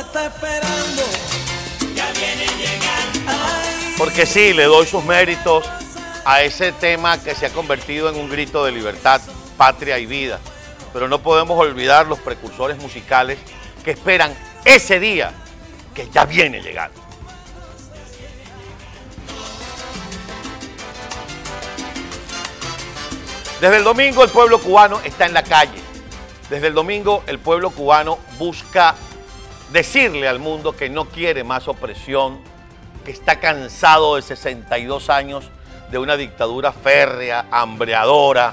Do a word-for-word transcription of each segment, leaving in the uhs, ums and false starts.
está esperando. Ya viene llegando. Ay. Porque sí, le doy sus méritos a ese tema que se ha convertido en un grito de libertad, patria y vida. Pero no podemos olvidar los precursores musicales que esperan ese día que ya viene llegando. Desde el domingo el pueblo cubano está en la calle. Desde el domingo el pueblo cubano busca decirle al mundo que no quiere más opresión, que está cansado de sesenta y dos años de una dictadura férrea, hambreadora,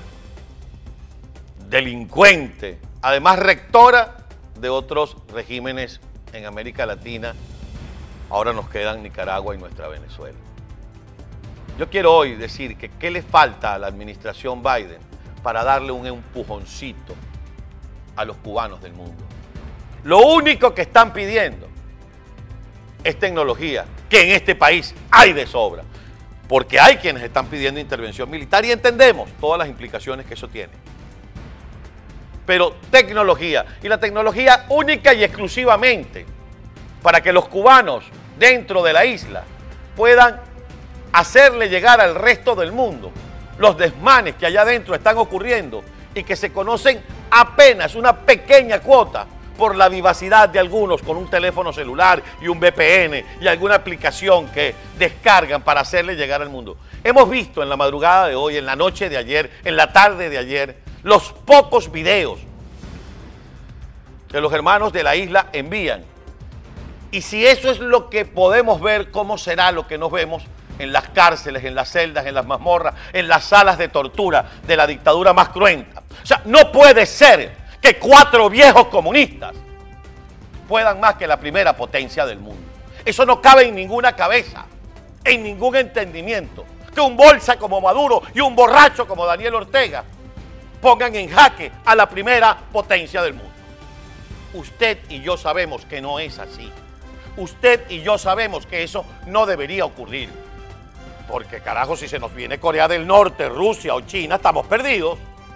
delincuente, además rectora de otros regímenes en América Latina. Ahora nos quedan Nicaragua y nuestra Venezuela. Yo quiero hoy decir que qué le falta a la administración Biden para darle un empujoncito a los cubanos del mundo. Lo único que están pidiendo es tecnología, que en este país hay de sobra, porque hay quienes están pidiendo intervención militar y entendemos todas las implicaciones que eso tiene. Pero tecnología, y la tecnología única y exclusivamente para que los cubanos dentro de la isla puedan hacerle llegar al resto del mundo los desmanes que allá adentro están ocurriendo y que se conocen apenas una pequeña cuota por la vivacidad de algunos con un teléfono celular y un V P N y alguna aplicación que descargan para hacerle llegar al mundo. Hemos visto en la madrugada de hoy, en la noche de ayer, en la tarde de ayer, los pocos videos que los hermanos de la isla envían. Y si eso es lo que podemos ver, ¿cómo será lo que nos vemos en las cárceles, en las celdas, en las mazmorras, en las salas de tortura de la dictadura más cruenta? O sea, no puede ser que cuatro viejos comunistas puedan más que la primera potencia del mundo. Eso no cabe en ninguna cabeza, en ningún entendimiento. Que un bolsa como Maduro y un borracho como Daniel Ortega pongan en jaque a la primera potencia del mundo. Usted y yo sabemos que no es así. Usted y yo sabemos que eso no debería ocurrir. Porque carajo, si se nos viene Corea del Norte, Rusia o China, estamos perdidos.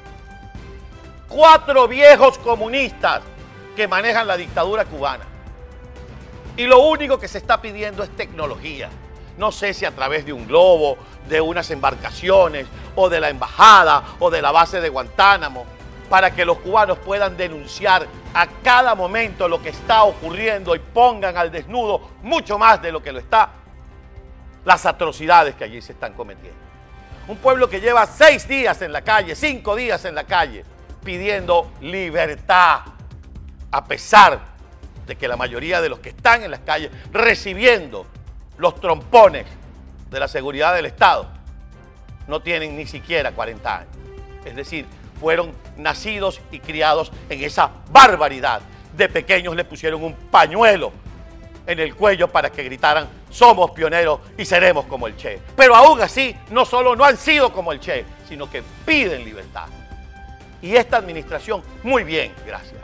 Cuatro viejos comunistas que manejan la dictadura cubana. Y lo único que se está pidiendo es tecnología. No sé si a través de un globo, de unas embarcaciones, o de la embajada, o de la base de Guantánamo, para que los cubanos puedan denunciar a cada momento lo que está ocurriendo y pongan al desnudo, mucho más de lo que lo está, las atrocidades que allí se están cometiendo. Un pueblo que lleva seis días en la calle, cinco días en la calle, pidiendo libertad, a pesar de que la mayoría de los que están en las calles recibiendo los trompones de la seguridad del Estado no tienen ni siquiera cuarenta años. Es decir, fueron nacidos y criados en esa barbaridad. De pequeños le pusieron un pañuelo en el cuello para que gritaran: somos pioneros y seremos como el Che. Pero aún así, no solo no han sido como el Che, sino que piden libertad. Y esta administración, muy bien, gracias.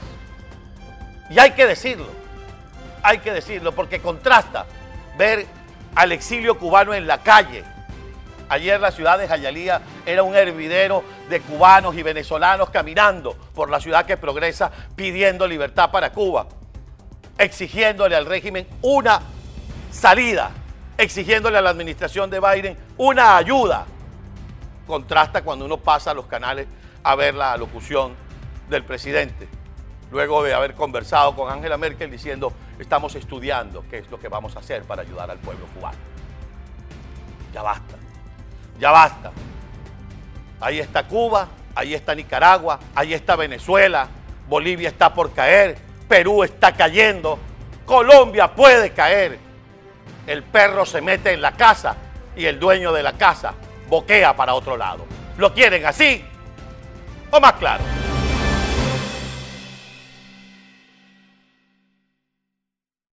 Y hay que decirlo, hay que decirlo, porque contrasta ver al exilio cubano en la calle. Ayer la ciudad de Jayalía era un hervidero de cubanos y venezolanos caminando por la ciudad que progresa pidiendo libertad para Cuba, exigiéndole al régimen una salida, exigiéndole a la administración de Biden una ayuda. Contrasta cuando uno pasa a los canales a ver la alocución del presidente, luego de haber conversado con Angela Merkel diciendo: estamos estudiando qué es lo que vamos a hacer para ayudar al pueblo cubano. Ya basta. Ya basta. Ahí está Cuba, ahí está Nicaragua, ahí está Venezuela, Bolivia está por caer, Perú está cayendo, Colombia puede caer. El perro se mete en la casa y el dueño de la casa boquea para otro lado. ¿Lo quieren así o más claro?